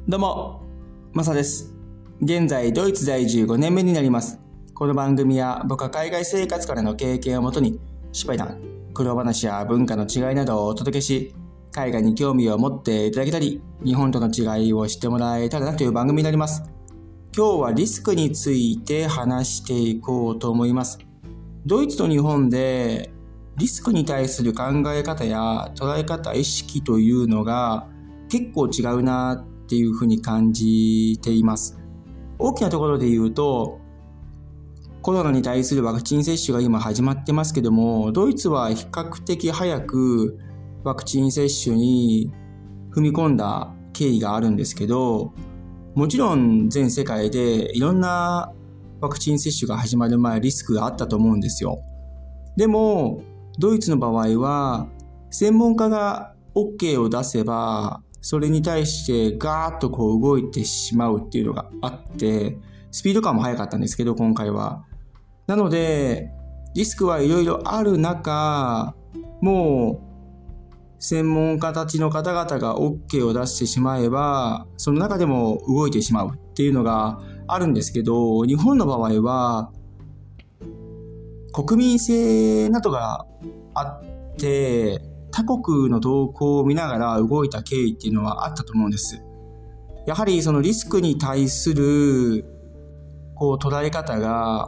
どうも、マサです。現在、ドイツ在住5年目になります。この番組は僕は海外生活からの経験をもとに、失敗談、苦労話や文化の違いなどをお届けし、海外に興味を持っていただけたり、日本との違いを知ってもらえたらなという番組になります。今日はリスクについて話していこうと思います。ドイツと日本でリスクに対する考え方や捉え方、意識というのが結構違うなっていうふうに感じています。大きなところで言うと、コロナに対するワクチン接種が今始まってますけども、ドイツは比較的早くワクチン接種に踏み込んだ経緯があるんですけど、もちろん全世界でいろんなワクチン接種が始まる前リスクがあったと思うんですよ。でもドイツの場合は専門家が OK を出せばそれに対してガーッと動いてしまうっていうのがあって、スピード感も速かったんですけど今回は。なのでリスクはいろいろある中、もう専門家たちの方々が OK を出してしまえばその中でも動いてしまうっていうのがあるんですけど、日本の場合は国民性などがあって他国の動向を見ながら動いた経緯っていうのはあったと思うんです。やはりそのリスクに対する捉え方が、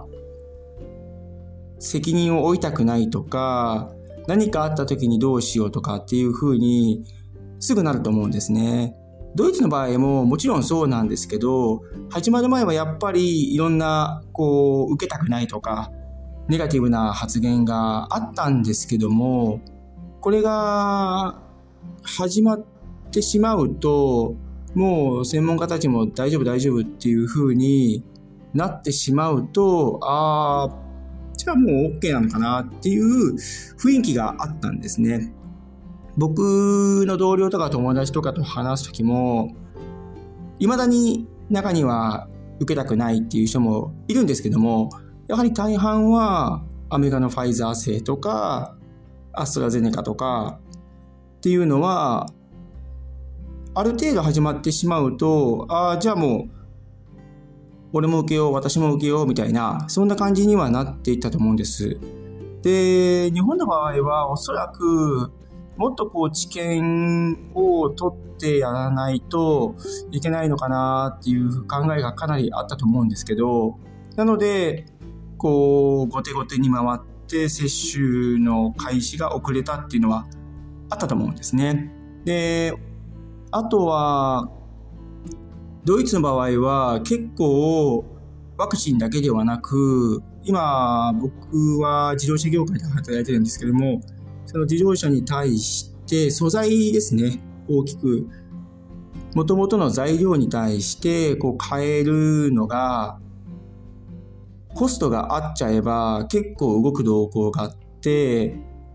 責任を負いたくないとか、何かあった時にどうしようとかっていう風にすぐなると思うんですね。ドイツの場合ももちろんそうなんですけど、始まる前はやっぱりいろんな受けたくないとかネガティブな発言があったんですけども、これが始まってしまうともう専門家たちも大丈夫っていう風になってしまうと、じゃあもう OK なのかなっていう雰囲気があったんですね。僕の同僚とか友達とかと話すときも、未だに中には受けたくないっていう人もいるんですけども、やはり大半はアメリカのファイザー製とかアストラゼネカとかっていうのはある程度始まってしまうと、じゃあもう俺も受けよう、私も受けようみたいな、そんな感じにはなっていったと思うんです。で、日本の場合はおそらくもっと知見を取ってやらないといけないのかなっていう考えがかなりあったと思うんですけど、なので後手後手に回って接種の開始が遅れたっていうのはあったと思うんですね。で、あとはドイツの場合は結構ワクチンだけではなく、今僕は自動車業界で働いてるんですけども、その自動車に対して素材ですね、大きく元々の材料に対して変えるのがコストがあっちゃえば結構動く動向があって、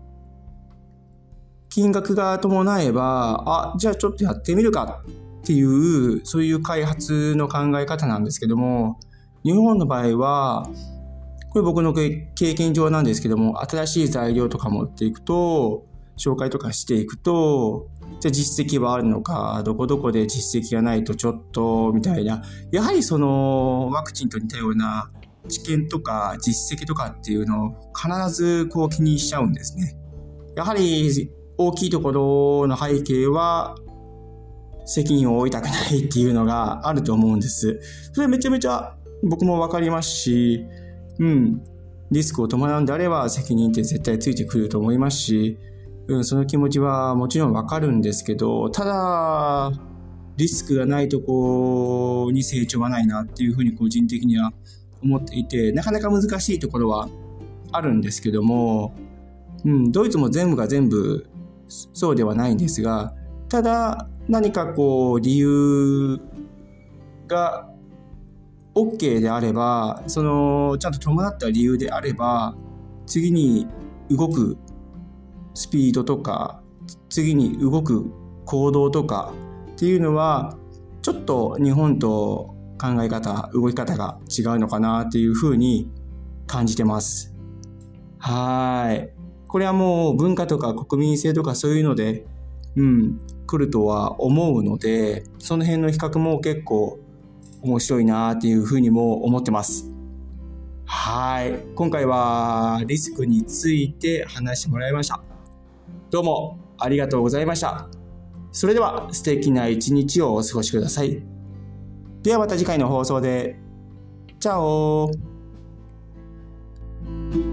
金額が伴えばじゃあちょっとやってみるかっていうそういう開発の考え方なんですけども、日本の場合はこれ僕の経験上なんですけども、新しい材料とか持っていくと紹介とかしていくと、じゃあ実績はあるのか、どこどこで実績がないとちょっとみたいな、やはりそのワクチンと似たような知見とか実績とかっていうのを必ず気にしちゃうんですね。やはり大きいところの背景は責任を負いたくないっていうのがあると思うんです。それめちゃめちゃ僕もわかりますし、リスクを伴うんであれば責任って絶対ついてくると思いますし、その気持ちはもちろんわかるんですけど、ただリスクがないとこに成長はないなっていうふうに個人的には思っていて、なかなか難しいところはあるんですけども、ドイツも全部が全部そうではないんですが、ただ何か理由が OK であれば、そのちゃんと伴った理由であれば、次に動くスピードとか次に動く行動とかっていうのはちょっと日本と考え方、動き方が違うのかなっていうふうに感じてます。これはもう文化とか国民性とかそういうのでくるとは思うので、その辺の比較も結構面白いなっていうふうにも思ってます。はい。今回はリスクについて話してもらいました。どうもありがとうございました。それでは素敵な一日をお過ごしください。ではまた次回の放送で。チャオ。